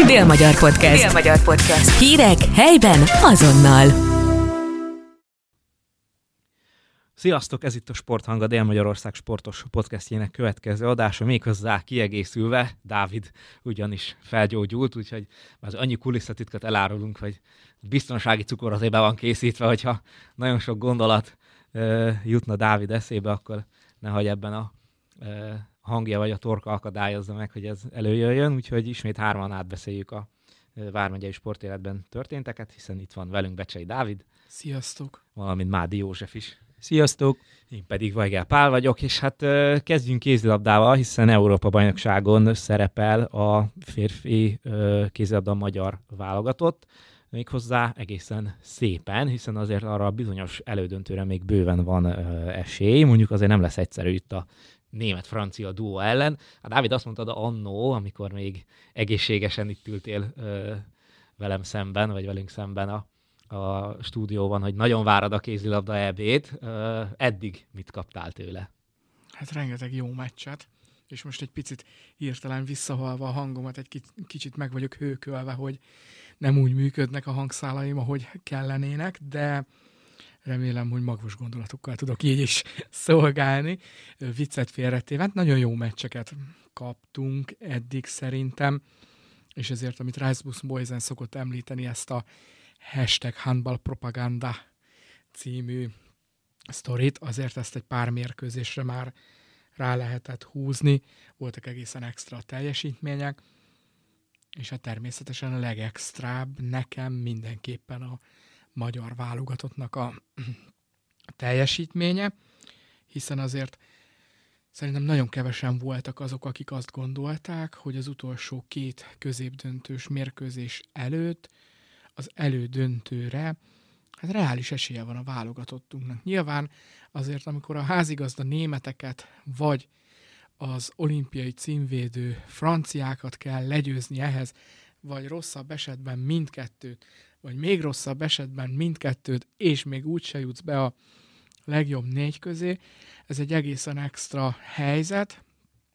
Dél-Magyar Podcast. Dél-Magyar Podcast. Hírek helyben azonnal. Sziasztok, ez itt a Sporthang, a Dél-Magyarország sportos podcastjének következő adása, méghozzá kiegészülve. Dávid ugyanis felgyógyult, úgyhogy az annyi kulisszatitkot elárulunk, hogy biztonsági cukor azért be van készítve, hogyha nagyon sok gondolat jutna Dávid eszébe, akkor nehogy ebben a hangja vagy a torka akadályozza meg, hogy ez előjöjjön, úgyhogy ismét hárman átbeszéljük a vármegyei sportéletben történteket, hiszen itt van velünk Becsei Dávid. Sziasztok! Valamint Mádi József is. Sziasztok! Én pedig Vajgál Pál vagyok, és hát kezdjünk kézilabdával, hiszen Európa-bajnokságon szerepel a férfi kézilabda magyar válogatott, méghozzá egészen szépen, hiszen azért arra a bizonyos elődöntőre még bőven van esély, mondjuk azért nem lesz egyszerű itt a német-francia duó ellen. A Dávid azt mondtad annó, amikor még egészségesen itt ültél velem szemben, vagy velünk szemben a stúdióban, hogy nagyon várad a kézilabda EB-t. Eddig mit kaptál tőle? Hát rengeteg jó meccset, és most egy picit hirtelen visszahalva a hangomat, egy kicsit meg vagyok hőkölve, hogy nem úgy működnek a hangszálaim, ahogy kellenének, de remélem, hogy magvas gondolatokkal tudok így is szolgálni. Viccet félretéve, nagyon jó meccseket kaptunk eddig szerintem, és ezért, amit Reisbus Boysen szokott említeni, ezt a #handballpropaganda című sztorit, azért ezt egy pár mérkőzésre már rá lehetett húzni, voltak egészen extra teljesítmények, és hát természetesen a legextrább nekem mindenképpen a magyar válogatottnak a teljesítménye, hiszen azért szerintem nagyon kevesen voltak azok, akik azt gondolták, hogy az utolsó két középdöntős mérkőzés előtt az elődöntőre hát reális esélye van a válogatottunknak. Nyilván azért, amikor a házigazda németeket vagy az olimpiai címvédő franciákat kell legyőzni ehhez, vagy rosszabb esetben mindkettőt, vagy még rosszabb esetben mindkettőt, és még úgyse jutsz be a legjobb négy közé, ez egy egészen extra helyzet,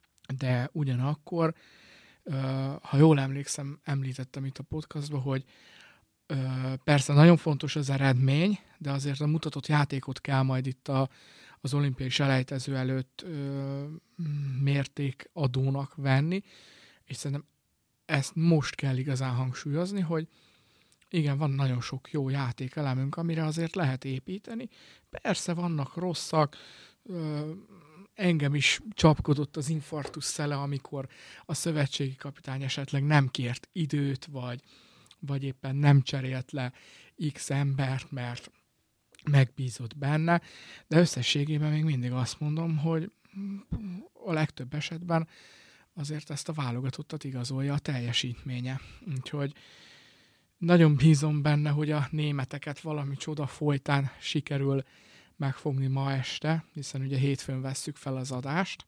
de ugyanakkor, ha jól emlékszem, említettem itt a podcastban, hogy persze nagyon fontos az eredmény, de azért a mutatott játékot kell majd itt az olimpiai selejtező előtt mértékadónak venni, és szerintem ezt most kell igazán hangsúlyozni, hogy igen, van nagyon sok jó játékelemünk, amire azért lehet építeni. Persze vannak rosszak, engem is csapkodott az infarktus szele, amikor a szövetségi kapitány esetleg nem kért időt, vagy éppen nem cserélt le X embert, mert megbízott benne, de összességében még mindig azt mondom, hogy a legtöbb esetben azért ezt a válogatottat igazolja a teljesítménye. Úgyhogy nagyon bízom benne, hogy a németeket valami csoda folytán sikerül megfogni ma este, hiszen ugye hétfőn vesszük fel az adást.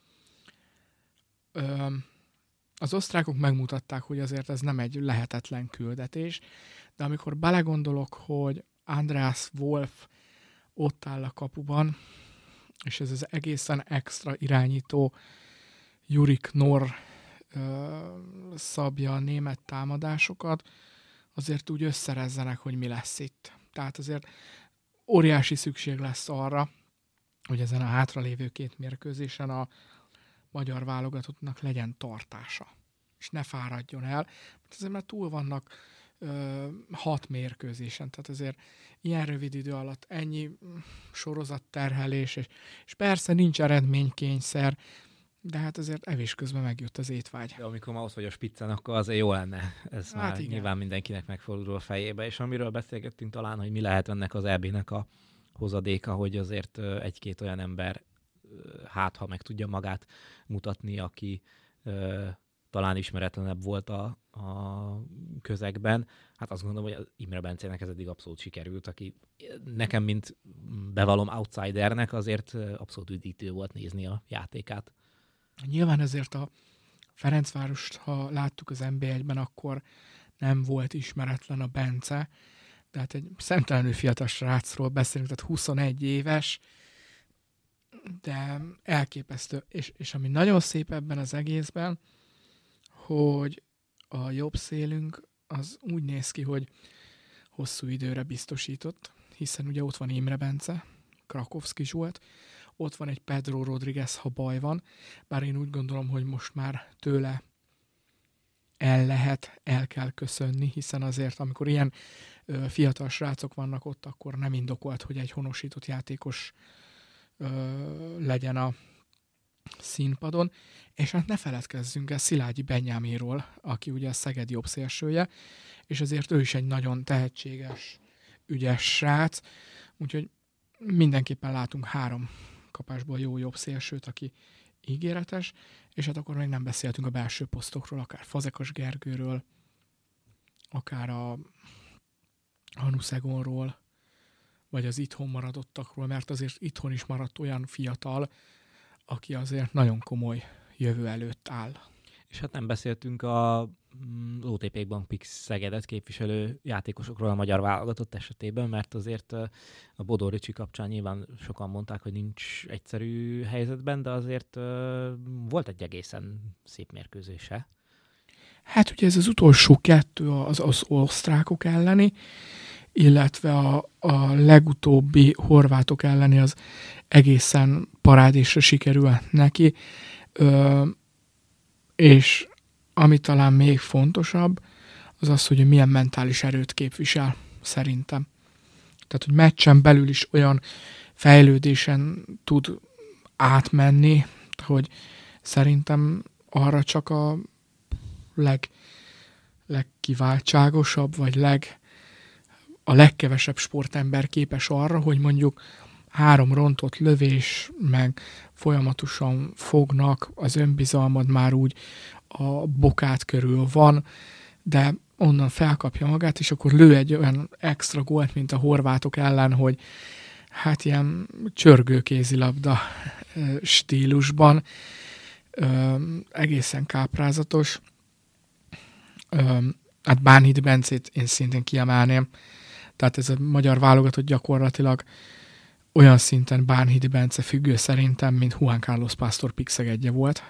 Az osztrákok megmutatták, hogy azért ez nem egy lehetetlen küldetés, de amikor belegondolok, hogy Andreas Wolf ott áll a kapuban, és ez az egészen extra irányító Juri Knorr szabja a német támadásokat, azért úgy összerezzenek, hogy mi lesz itt. Tehát azért óriási szükség lesz arra, hogy ezen a hátralévő két mérkőzésen a magyar válogatottnak legyen tartása, és ne fáradjon el, mert azért már túl vannak 6 mérkőzésen, tehát azért ilyen rövid idő alatt ennyi sorozatterhelés, és persze nincs eredménykényszer, de hát azért evés közben megjött az étvágy. De amikor már ott vagy a spiccen, akkor azért jó lenne. Ez hát már igen. Nyilván mindenkinek megfordul a fejébe, és amiről beszélgettünk talán, hogy mi lehet ennek az EB-nek a hozadéka, hogy azért egy-két olyan ember ha meg tudja magát mutatni, aki talán ismeretlenebb volt a közegben. Hát azt gondolom, hogy Imre Bencének ez eddig abszolút sikerült, aki nekem, mint bevallom outsidernek, azért abszolút üdítő volt nézni a játékát. Nyilván ezért a Ferencvárost, ha láttuk az NB1-ben, akkor nem volt ismeretlen a Bence, de hát egy szemtelenül fiatal srácról beszélünk, tehát 21 éves, de elképesztő. És ami nagyon szép ebben az egészben, hogy a jobb szélünk az úgy néz ki, hogy hosszú időre biztosított, hiszen ugye ott van Imre Bence, Krakowski Zsolt, ott van egy Pedro Rodriguez, ha baj van, bár én úgy gondolom, hogy most már tőle el kell köszönni, hiszen azért, amikor ilyen fiatal srácok vannak ott, akkor nem indokolt, hogy egy honosított játékos legyen a színpadon, és hát ne feledkezzünk el Szilágyi Benyámiról, aki ugye a Szeged jobb szélsője, és azért ő is egy nagyon tehetséges, ügyes srác, úgyhogy mindenképpen látunk 3 kapásból jó jobb szélsőt, aki ígéretes, és hát akkor még nem beszéltünk a belső posztokról, akár Fazekas Gergőről, akár a Hanuszegónról, vagy az itthon maradottakról, mert azért itthon is maradt olyan fiatal, aki azért nagyon komoly jövő előtt áll. És hát nem beszéltünk a OTP Bank Pix Szegedet képviselő játékosokról a magyar válogatott esetében, mert azért a Bodó Ricsi kapcsán nyilván sokan mondták, hogy nincs egyszerű helyzetben, de azért volt egy egészen szép mérkőzése. Hát ugye ez az utolsó 2 az osztrákok elleni, illetve a legutóbbi horvátok elleni az egészen parádésra sikerül neki, és ami talán még fontosabb, az az, hogy milyen mentális erőt képvisel, szerintem. Tehát, hogy meccsen belül is olyan fejlődésen tud átmenni, hogy szerintem arra csak a legkiváltságosabb, vagy a legkevesebb sportember képes arra, hogy mondjuk 3 rontott lövés, meg folyamatosan fognak, az önbizalmad már úgy a bokát körül van, de onnan felkapja magát, és akkor lő egy olyan extra gólt, mint a horvátok ellen, hogy hát ilyen csörgőkézilabda stílusban, egészen káprázatos. Hát Bánhidi Bencét én szintén kiemelném, tehát ez a magyar válogatott gyakorlatilag olyan szinten Bánhidi Bence függő szerintem, mint Juan Carlos Pásztor Pixegedje volt.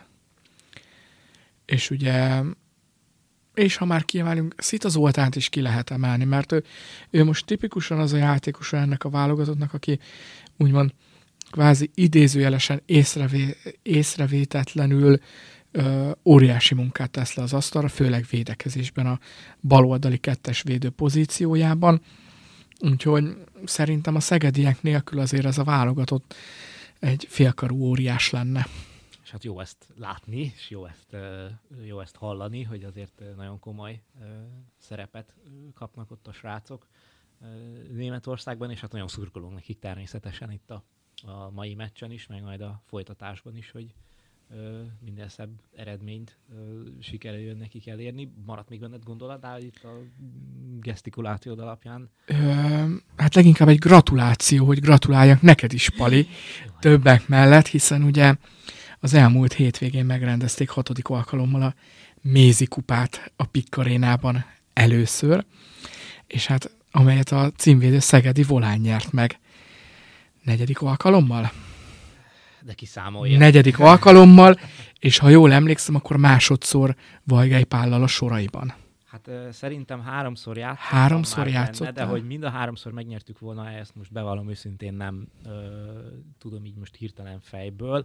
És ugye, és ha már kiemelünk, Szita Zoltánt is ki lehet emelni, mert ő most tipikusan az a játékos ennek a válogatottnak, aki úgymond kvázi idézőjelesen észrevétetlenül óriási munkát tesz le az asztalra, főleg védekezésben a baloldali 2-es védő pozíciójában. Úgyhogy szerintem a szegediek nélkül azért ez a válogatott egy félkarú óriás lenne. És hát jó ezt látni, és jó ezt hallani, hogy azért nagyon komoly szerepet kapnak ott a srácok Németországban, és hát nagyon szurkolunk nekik természetesen itt a mai meccsen is, meg majd a folytatásban is, hogy minden szebb eredményt sikerüljön nekik elérni. Maradt még benned gondolat, itt a gesztikulációd alapján? Hát leginkább egy gratuláció, hogy gratuláljak neked is, Pali, többek mellett, hiszen ugye az elmúlt hétvégén megrendezték 6. alkalommal a Mézi kupát a Pikk Arénában először, és hát amelyet a címvédő szegedi Volán nyert meg 4. alkalommal. De kiszámolja. 4. alkalommal, és ha jól emlékszem, akkor másodszor Vajgai Pállal a soraiban. Hát szerintem 3-szor játszottam. 3-szor játszottál? De hogy mind a 3-szor megnyertük volna, ezt most bevallom őszintén nem tudom így most hirtelen fejből.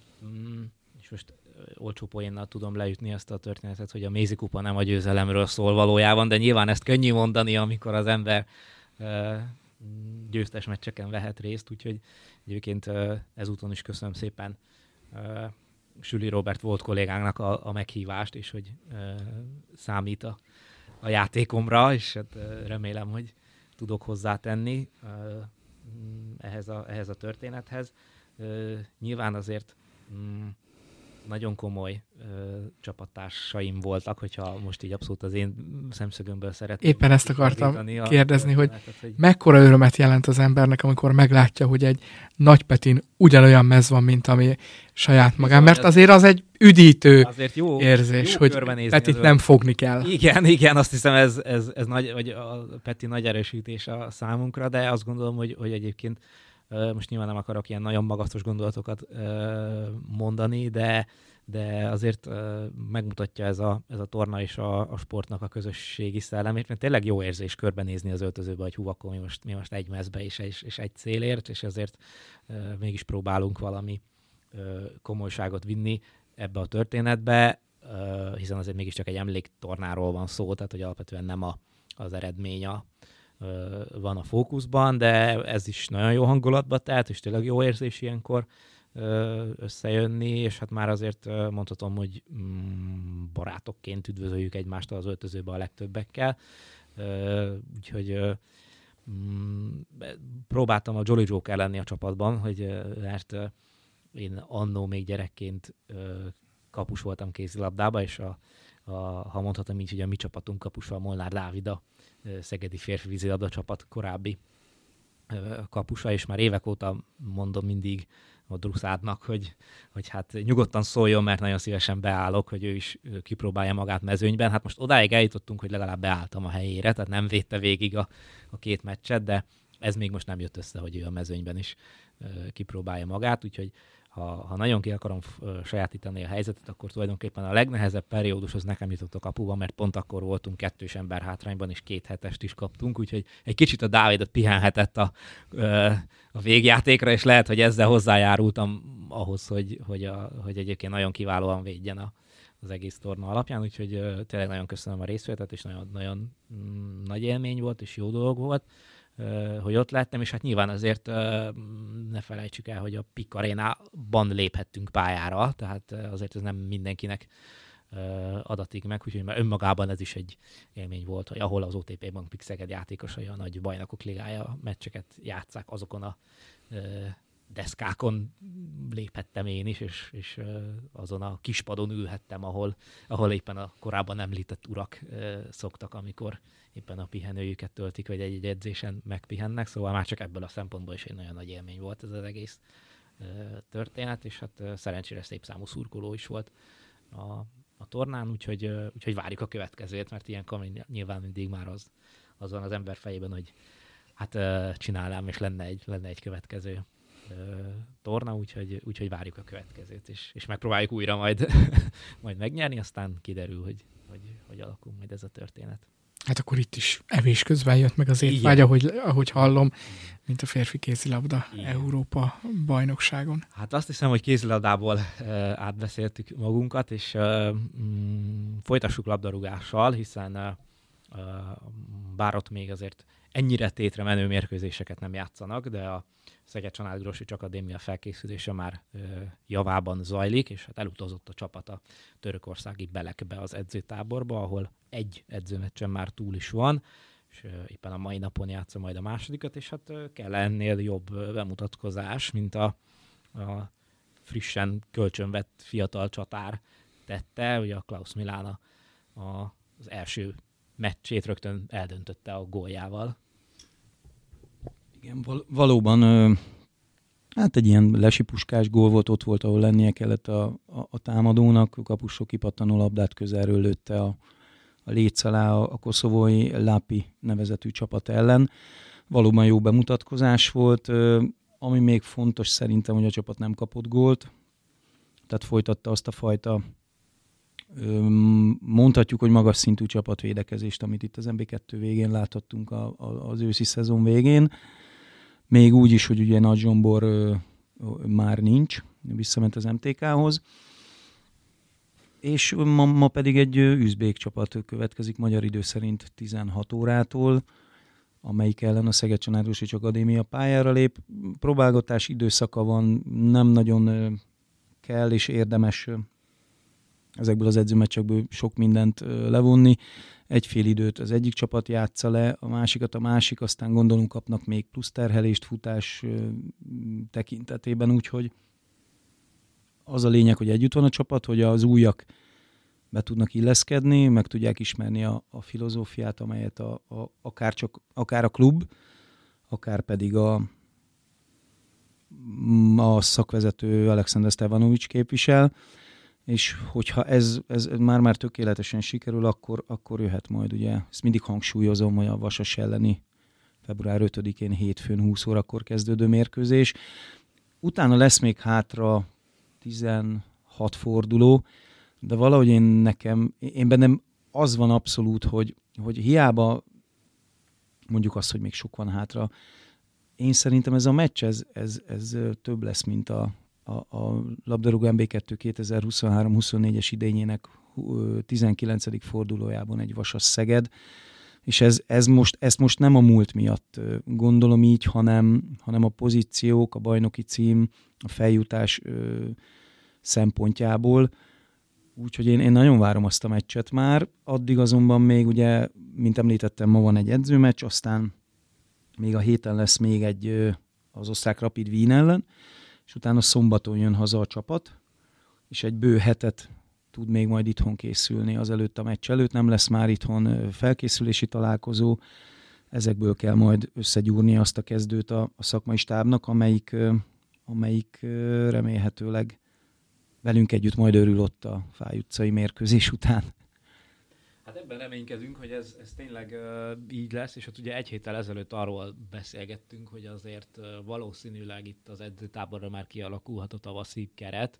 És most olcsó poénnal tudom leütni ezt a történetet, hogy a Mézi kupa nem a győzelemről szól valójában, de nyilván ezt könnyű mondani, amikor az ember győztes meccseken vehet részt, úgyhogy egyébként ezúton is köszönöm szépen Süli Robert volt kollégánknak a meghívást, és hogy számít a játékomra, és hát remélem, hogy tudok hozzátenni ehhez a történethez. Nyilván azért nagyon komoly csapattársaim voltak, hogyha most így abszolút az én szemszögömből szeretném. Éppen ezt akartam kérdezni, hogy mekkora örömet jelent az embernek, amikor meglátja, hogy egy Nagy Petin ugyanolyan mez van, mint ami saját magán, mert azért az egy üdítő azért jó érzés, hogy Petit nem fogni kell. Igen, azt hiszem ez nagy, vagy a Peti nagy erősítés a számunkra, de azt gondolom, hogy egyébként most nyilván nem akarok ilyen nagyon magasztos gondolatokat mondani, de de azért megmutatja ez a torna és a sportnak a közösségi szellemét, mert tényleg jó érzés körbenézni az öltözőbe, hogy hú, akkor mi most egy mezbe és egy célért, és ezért mégis próbálunk valami komolyságot vinni ebbe a történetbe, hiszen azért mégiscsak egy emléktornáról van szó, tehát hogy alapvetően nem az eredmény van a fókuszban, de ez is nagyon jó hangulatba telt, és tényleg jó érzés ilyenkor összejönni, és hát már azért mondhatom, hogy barátokként üdvözöljük egymást az öltözőbe a legtöbbekkel. Úgyhogy próbáltam a Jolly Joker lenni a csapatban, mert én annó még gyerekként kapus voltam kézilabdába, és ha mondhatom így, hogy a mi csapatunk kapusa a Molnár Dávid, a szegedi férfi vízilabda csapat korábbi kapusa, és már évek óta mondom mindig a Druszádnak, hogy hát nyugodtan szóljon, mert nagyon szívesen beállok, hogy ő is kipróbálja magát mezőnyben. Hát most odáig eljutottunk, hogy legalább beálltam a helyére, tehát nem védte végig a két meccset, de ez még most nem jött össze, hogy ő a mezőnyben is kipróbálja magát, úgyhogy ha nagyon ki akarom sajátítani a helyzetet, akkor tulajdonképpen a legnehezebb periódus az nekem jutott a kapuba, mert pont akkor voltunk 2 ember hátrányban, és 2 hetest is kaptunk, úgyhogy egy kicsit a Dávidot pihenhetett a végjátékra, és lehet, hogy ezzel hozzájárultam ahhoz, hogy egyébként nagyon kiválóan védjen az egész torna alapján, úgyhogy tényleg nagyon köszönöm a részvételt, és nagyon, nagyon nagy élmény volt, és jó dolog volt, hogy ott lettem, és hát nyilván azért ne felejtsük el, hogy a PIK Arénában léphettünk pályára, tehát azért ez nem mindenkinek adatik meg, úgyhogy már önmagában ez is egy élmény volt, hogy ahol az OTP Bank PIK Szeged játékosai a nagy bajnokok ligája meccseket játsszák, azokon a deszkákon léphettem én is, és azon a kispadon ülhettem, ahol éppen a korábban említett urak szoktak, amikor éppen a pihenőjüket töltik, vagy egy edzésen megpihennek, szóval már csak ebből a szempontból is egy nagyon nagy élmény volt ez az egész történet, és hát szerencsére szép számú szurkoló is volt a tornán, úgyhogy várjuk a következőt, mert ilyenkor nyilván mindig már az van az ember fejében, hogy hát csinálnám, és lenne egy következő torna, úgyhogy várjuk a következőt, és megpróbáljuk újra majd megnyerni, aztán kiderül, hogy alakul majd ez a történet. Hát akkor itt is evés közben jött meg az étvágy, ahogy hallom, mint a férfi kézilabda Európa bajnokságon. Hát azt hiszem, hogy kézilabdából átbeszéltük magunkat, és folytassuk labdarúgással, hiszen bár ott még azért ennyire tétre menő mérkőzéseket nem játszanak, de a Szeged-Csanád Grosics Akadémia felkészülése már javában zajlik, és hát elutazott a csapat a törökországi Belekbe az edzőtáborba, ahol egy edzőmeccsen már túl is van, és éppen a mai napon játsza majd a másodikat, és hát kell ennél jobb bemutatkozás, mint a frissen kölcsönvett fiatal csatár tette, ugye a Klaus Milana az első meccsét rögtön eldöntötte a góljával. Igen, valóban hát egy ilyen lesipuskás gól volt, ott volt, ahol lennie kellett a támadónak, a kapusok kipattanó labdát közelről lőtte a léc alá a koszovói Lápi nevezetű csapat ellen. Valóban jó bemutatkozás volt, ami még fontos szerintem, hogy a csapat nem kapott gólt, tehát folytatta azt a fajta mondhatjuk, hogy magas szintű csapatvédekezést, amit itt az MB2 végén láthattunk az őszi szezon végén. Még úgy is, hogy ugye Nagy Zsombor már nincs, visszament az MTK-hoz. És ma pedig egy üzbék csapat következik magyar idő szerint 16 órától, amelyik ellen a Szeged-Csanád Grosics Akadémia pályára lép. Próbálgatás időszaka van, nem nagyon kell és érdemes ezekből az edzőmeccsekből sok mindent levonni. Egy fél időt az egyik csapat játsza le, a másikat a másik, aztán gondolunk kapnak még plusz terhelést futás tekintetében, úgyhogy az a lényeg, hogy együtt van a csapat, hogy az újak be tudnak illeszkedni, meg tudják ismerni a filozófiát, amelyet akár a klub, akár pedig a szakvezető Alexander Stevanovics képvisel, és hogyha ez már tökéletesen sikerül, akkor jöhet majd, ugye, ezt mindig hangsúlyozom, hogy a Vasas elleni február 5-én hétfőn 20 órakor kezdődő mérkőzés. Utána lesz még hátra 16 6 forduló, de valahogy én bennem az van abszolút, hogy hiába mondjuk azt, hogy még sok van hátra, én szerintem ez a meccs, ez több lesz, mint a labdarúgó MB2 2023-24-es idényének 19. fordulójában egy Vasas Szeged, és ezt most nem a múlt miatt gondolom így, hanem a pozíciók, a bajnoki cím, a feljutás szempontjából. Úgyhogy én nagyon várom azt a meccset már. Addig azonban még ugye, mint említettem, ma van egy edzőmeccs, aztán még a héten lesz még egy az osztrák Rapid Wien ellen, és utána szombaton jön haza a csapat, és egy bő hetet tud még majd itthon készülni azelőtt a meccs előtt. Nem lesz már itthon felkészülési találkozó, ezekből kell majd összegyúrni azt a kezdőt a szakmai stábnak, amelyik remélhetőleg velünk együtt majd örül ott a Fály utcai mérkőzés után. Hát ebben reménykedünk, hogy ez tényleg így lesz, és hát ugye egy héttel ezelőtt arról beszélgettünk, hogy azért valószínűleg itt az edzőtáborra már kialakulhat a tavaszi keret,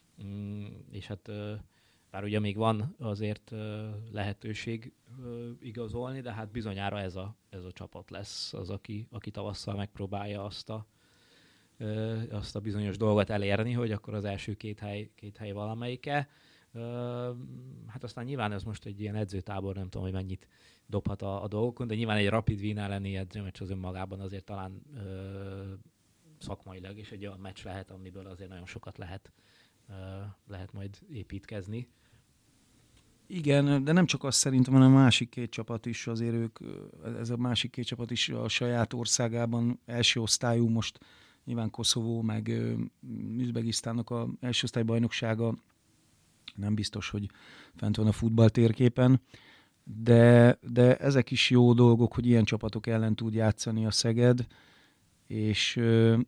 és hát bár ugye még van azért lehetőség igazolni, de hát bizonyára ez a csapat lesz az, aki tavasszal megpróbálja azt a bizonyos dolgot elérni, hogy akkor az első két hely valamelyike. Hát aztán nyilván ez most egy ilyen edzőtábor, nem tudom, hogy mennyit dobhat a dolgokon, de nyilván egy Rapid Wien elleni edzőmeccs az önmagában azért talán szakmailag is egy olyan meccs lehet, amiből azért nagyon sokat lehet majd építkezni. Igen, de nem csak azt szerintem, hanem a másik két csapat is, azért ez a másik két csapat is a saját országában első osztályú, most nyilván Koszovó, meg Üzbegisztánnak az első osztály bajnoksága nem biztos, hogy fent van a futball térképen, de ezek is jó dolgok, hogy ilyen csapatok ellen tud játszani a Szeged, és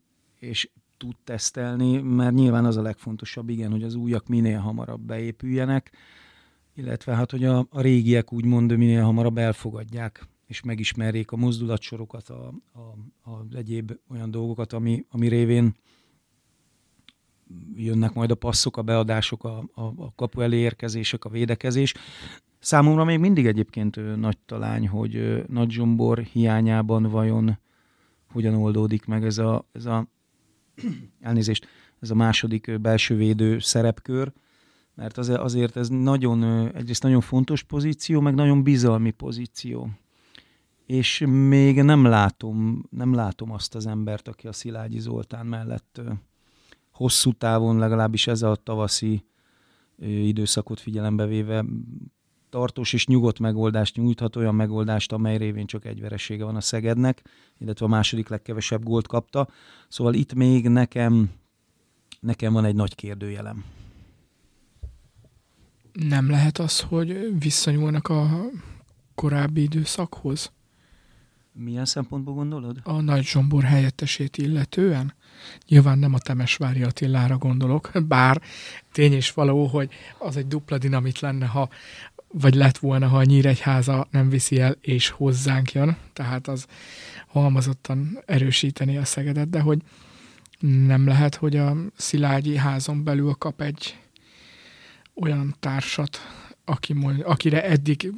tud tesztelni, mert nyilván az a legfontosabb, igen, hogy az újak minél hamarabb beépüljenek, illetve hát, hogy a régiek úgymond minél hamarabb elfogadják, és megismerjék a mozdulatsorokat, az egyéb olyan dolgokat, ami révén jönnek majd a passzok, a beadások, a kapu elé érkezések, a védekezés. Számomra még mindig egyébként nagy talány, hogy Nagy Zsombor hiányában vajon hogyan oldódik meg ez a második belsővédő szerepkör, mert azért ez egyrészt nagyon fontos pozíció, meg nagyon bizalmi pozíció. És még nem látom azt az embert, aki a Szilágyi Zoltán mellett hosszú távon, legalábbis ez a tavaszi időszakot figyelembe véve tartós és nyugodt megoldást nyújthat, olyan megoldást, amely révén csak egy veresége van a Szegednek, illetve a második legkevesebb gólt kapta. Szóval itt még nekem van egy nagy kérdőjelem. Nem lehet az, hogy visszanyúlnak a korábbi időszakhoz? Milyen szempontból gondolod? A Nagy Zsombor helyettesét illetően? Nyilván nem a Temesvári Attilára gondolok, bár tény és való, hogy az egy dupla dinamit lenne, vagy lett volna, ha a Nyíregyháza nem viszi el, és hozzánk jön. Tehát az halmozottan erősíteni a Szegedet, de hogy nem lehet, hogy a Szilágyi házon belül kap egy olyan társat, akire eddig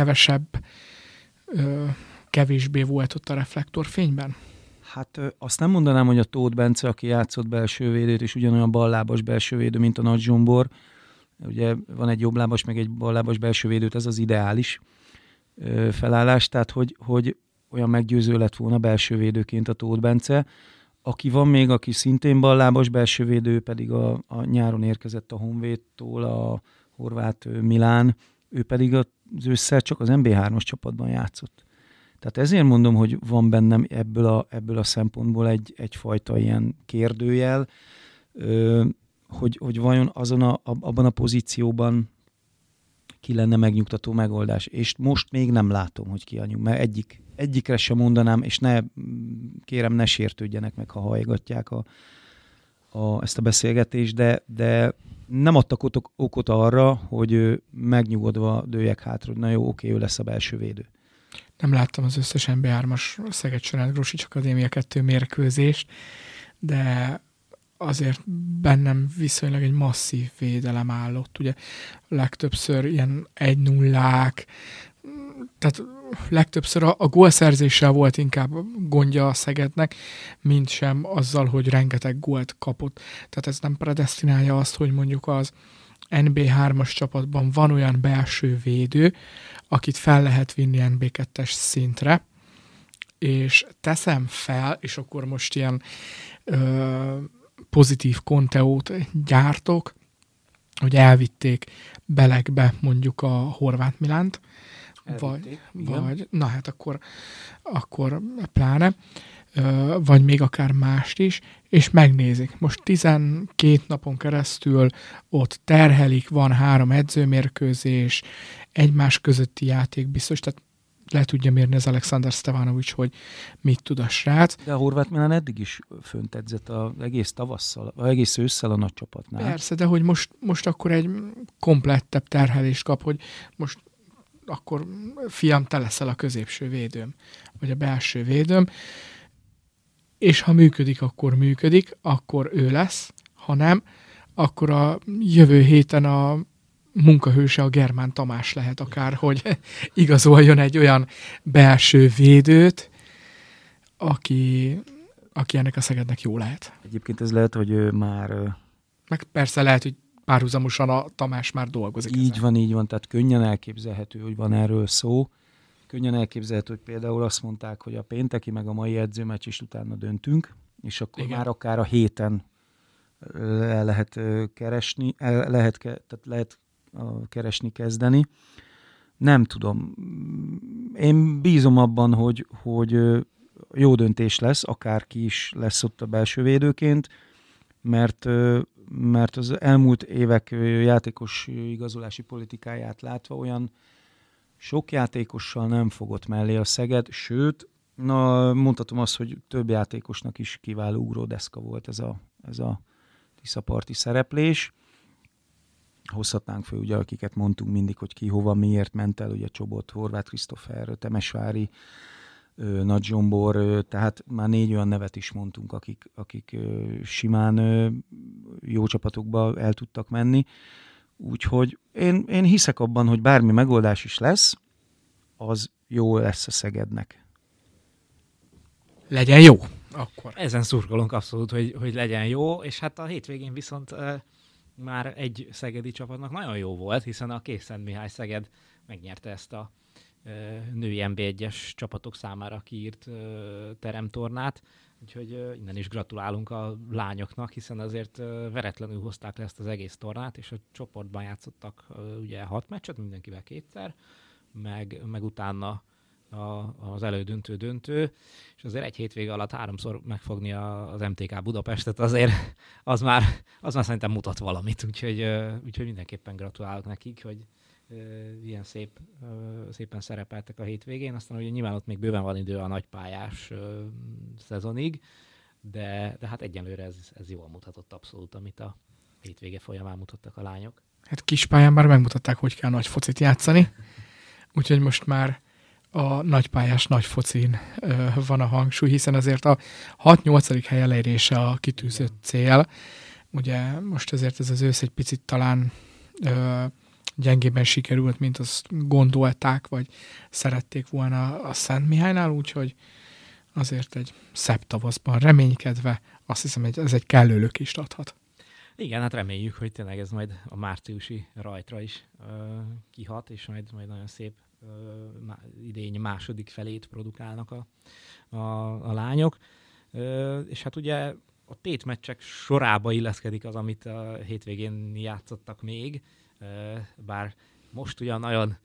kevésbé volt ott a reflektorfényben? Hát azt nem mondanám, hogy a Tóth Bence, aki játszott belsővédőt, és ugyanolyan ballábas belsővédő, mint a Nagy Zsombor. Ugye van egy jobblábas, meg egy ballábas belsővédőt, ez az ideális felállás, tehát hogy olyan meggyőző lett volna belsővédőként a Tóth Bence. Aki van még, aki szintén ballábas belsővédő, pedig a nyáron érkezett a Honvédtól, a horvát Milán, ő pedig az ősszel csak az MB3-as csapatban játszott. Tehát ezért mondom, hogy van bennem ebből a szempontból egyfajta ilyen kérdőjel, hogy vajon abban a pozícióban ki lenne megnyugtató megoldás. És most még nem látom, hogy ki a mert egyikre sem mondanám, és kérem, ne sértődjenek meg, ha hallgatják ezt a beszélgetést, de nem adtak okot arra, hogy megnyugodva dőljek hátra, hogy na jó, oké, ő lesz a belső védő. Nem láttam az összes MB3-as Szeged-Csanád Grosics Akadémia 2 mérkőzést, de azért bennem viszonylag egy masszív védelem állott. Ugye legtöbbször ilyen 1-0-ák, tehát legtöbbször a gólszerzéssel volt inkább gondja a Szegednek, mint sem azzal, hogy rengeteg gólt kapott. Tehát ez nem predesztinálja azt, hogy mondjuk az NB3-as csapatban van olyan belső védő, akit fel lehet vinni NB2-es szintre, és teszem fel, és akkor most ilyen pozitív konteót gyártok, hogy elvitték Belegbe mondjuk a Horváth Milánt, vagy na hát akkor pláne, vagy még akár mást is, és megnézik. Most 12 napon keresztül ott terhelik, van 3 edzőmérkőzés, egymás közötti játék biztos, tehát le tudja mérni az Alexander Stevanovics, hogy mit tud a srác. De a Horváth Milán eddig is fönt edzett az egész tavasszal, az egész ősszel a nagy csapatnál. Persze, de hogy most akkor egy komplettebb terhelést kap, hogy most akkor fiam, te leszel a középső védőm, vagy a belső védőm, és ha működik, akkor ő lesz, ha nem, akkor a jövő héten a munkahőse a Germán Tamás lehet akár, hogy igazoljon egy olyan belső védőt, aki ennek a Szegednek jó lehet. Egyébként ez lehet, hogy ő már... Meg persze lehet, hogy párhuzamosan a Tamás már dolgozik. Így van, tehát könnyen elképzelhető, hogy van erről szó. Könnyen elképzelhető, hogy például azt mondták, hogy a pénteki meg a mai edzőmeccs is utána döntünk, és akkor igen, már akár a héten lehet keresni, lehet keresni, kezdeni. Nem tudom. Én bízom abban, hogy jó döntés lesz, akárki is lesz ott a belső védőként, mert az elmúlt évek játékos igazolási politikáját látva olyan sok játékossal nem fogott mellé a Szeged, sőt, mondhatom azt, hogy több játékosnak is kiváló ugródeszka volt ez a tiszaparti szereplés. Hozhatnánk föl, ugye, akiket mondtunk mindig, hogy ki hova, miért ment el, ugye Csobot, Horváth Krisztófer, Temesvári, Nagy Zsombor, tehát már 4 olyan nevet is mondtunk, akik simán jó csapatokba el tudtak menni. Úgyhogy én hiszek abban, hogy bármi megoldás is lesz, az jó lesz a Szegednek. Legyen jó, akkor. Ezen szurkolunk abszolút, hogy legyen jó, és hát a hétvégén viszont már egy szegedi csapatnak nagyon jó volt, hiszen a Kékszentmihály Szeged megnyerte ezt a női NB1-es csapatok számára kiírt teremtornát, úgyhogy innen is gratulálunk a lányoknak, hiszen azért veretlenül hozták le ezt az egész tornát, és a csoportban játszottak ugye 6 meccset, mindenkivel 2-szer, meg utána az elődöntő, és azért egy hétvége alatt 3-szor megfogni az MTK Budapestet, azért az már szerintem mutat valamit, úgyhogy mindenképpen gratulálok nekik, hogy ilyen szépen szerepeltek a hétvégén, aztán ugye nyilván ott még bőven van idő a nagypályás szezonig, de hát egyenlőre ez jól mutatott abszolút, amit a hétvége folyamán mutattak a lányok. Hát kispályán már megmutatták, hogy kell nagy focit játszani, úgyhogy most már a nagypályás nagy focin van a hangsúly, hiszen azért a 6-8. hely elérése a kitűzött cél. Ugye most azért ez az ősz egy picit talán gyengében sikerült, mint azt gondolták, vagy szerették volna a Szentmihálynál, úgyhogy azért egy szebb tavaszban reménykedve azt hiszem, hogy ez egy kellő lökést adhat. Igen, hát reméljük, hogy tényleg ez majd a márciusi rajtra is kihat, és majd nagyon szép idény második felét produkálnak a lányok. És hát ugye a tétmeccsek sorába illeszkedik az, amit a hétvégén játszottak még, bár most ugyan nagyon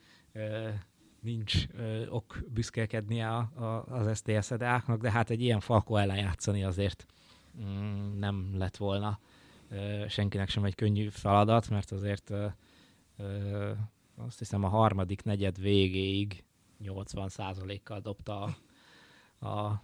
nincs ok büszkélkednie az STS EDA-knak, de hát egy ilyen Falko ellen játszani azért nem lett volna senkinek sem egy könnyű feladat, mert azért azt hiszem a harmadik negyed végéig 80%-kal dobta a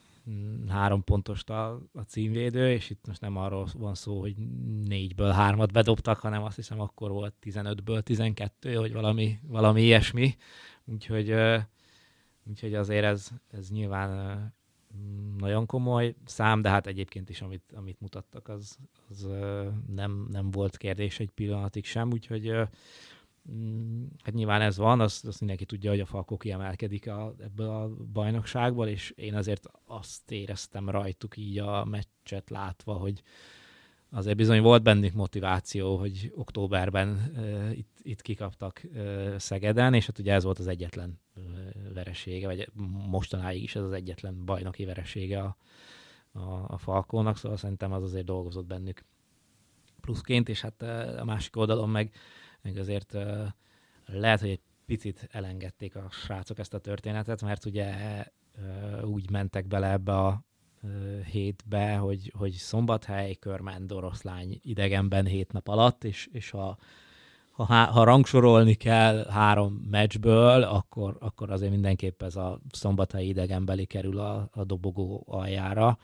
3 pontost a címvédő, és itt most nem arról van szó, hogy 4-ből 3-at bedobtak, hanem azt hiszem akkor volt 15-ből 12, vagy valami ilyesmi. Úgyhogy azért ez nyilván nagyon komoly szám, de hát egyébként is, amit mutattak, az nem volt kérdés egy pillanatig sem, úgyhogy hát nyilván ez van, azt mindenki tudja, hogy a Falkó kiemelkedik ebből a bajnokságból, és én azért azt éreztem rajtuk így a meccset látva, hogy azért bizony volt bennük motiváció, hogy októberben itt kikaptak Szegeden, és hát ugye ez volt az egyetlen veresége, vagy mostanáig is ez az egyetlen bajnoki veresége a Falkónak, szóval szerintem az azért dolgozott bennük pluszként, és hát a másik oldalon meg azért lehet, hogy egy picit elengedték a srácok ezt a történetet, mert ugye úgy mentek bele ebbe a hétbe, hogy Szombathely, Körmend, Oroszlány idegenben 7 nap alatt, és ha rangsorolni kell 3 meccsből, akkor azért mindenképp ez a szombathelyi idegenbeli kerül a dobogó aljára.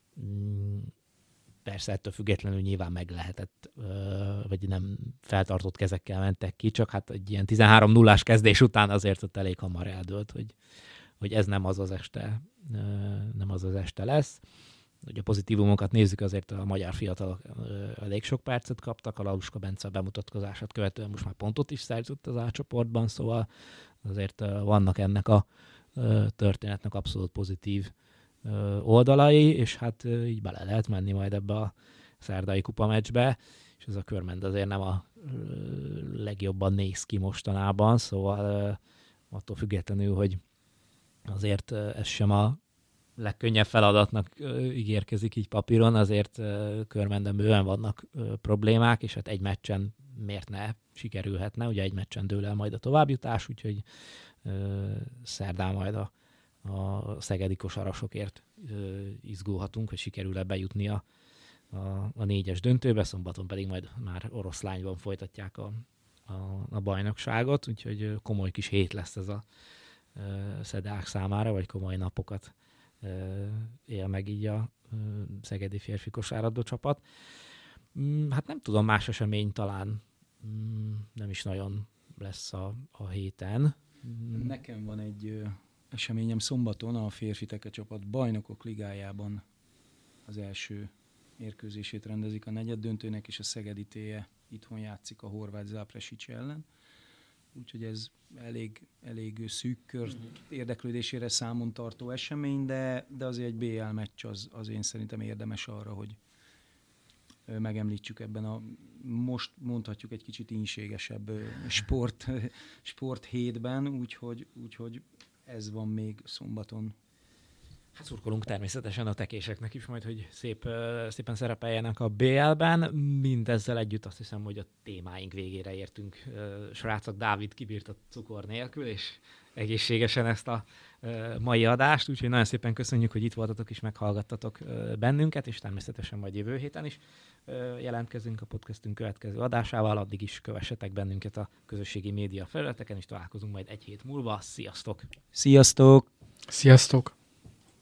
Persze ettől függetlenül nyilván meg lehetett, vagy nem feltartott kezekkel mentek ki, csak hát egy ilyen 13-0-ás kezdés után azért ott elég hamar eldőlt, hogy ez nem az az este lesz. Hogy a pozitívumokat nézzük, azért a magyar fiatalok elég sok percet kaptak, a Laluska Bence bemutatkozását követően most már pontot is szerzett az A csoportban, szóval azért vannak ennek a történetnek abszolút pozitív oldalai, és hát így bele lehet menni majd ebbe a szerdai kupa meccsbe, és ez a Körmend azért nem a legjobban néz ki mostanában, szóval attól függetlenül, hogy azért ez sem a legkönnyebb feladatnak ígérkezik így papíron, azért Körmenden bőven vannak problémák, és hát egy meccsen miért ne sikerülhetne, ugye egy meccsen dől el majd a továbbjutás, úgyhogy szerdán majd a szegedi kosarasokért izgulhatunk, hogy sikerül-e bejutni a 4-es döntőbe, szombaton pedig majd már Oroszlányban folytatják a bajnokságot, úgyhogy komoly kis hét lesz ez a szedák számára, vagy komoly napokat él meg így a szegedi férfi kosárlabda csapat. Hát nem tudom, más esemény talán nem is nagyon lesz a héten. Nekem van egy eseményem szombaton, a férfi csapat bajnokok ligájában az első mérkőzését rendezik a negyeddöntőnek, és a Szegedi Téje itthon játszik a horvát Zápresics ellen. Úgyhogy ez elég szűk kör érdeklődésére számon tartó esemény, de azért egy BL meccs az én szerintem érdemes arra, hogy megemlítsük ebben a most mondhatjuk egy kicsit ínségesebb sport hétben, úgyhogy ez van még szombaton. Hát szurkolunk természetesen a tekéseknek is majd, hogy szépen szerepeljenek a BL-ben. Mindezzel együtt azt hiszem, hogy a témáink végére értünk. Srácok, Dávid kibírt a cukor nélkül, és egészségesen ezt a mai adást, úgyhogy nagyon szépen köszönjük, hogy itt voltatok és meghallgattatok bennünket, és természetesen majd jövő héten is jelentkezünk a podcastünk következő adásával. Addig is kövessetek bennünket a közösségi média felületeken, és találkozunk majd egy hét múlva. Sziasztok! Sziasztok! Sziasztok!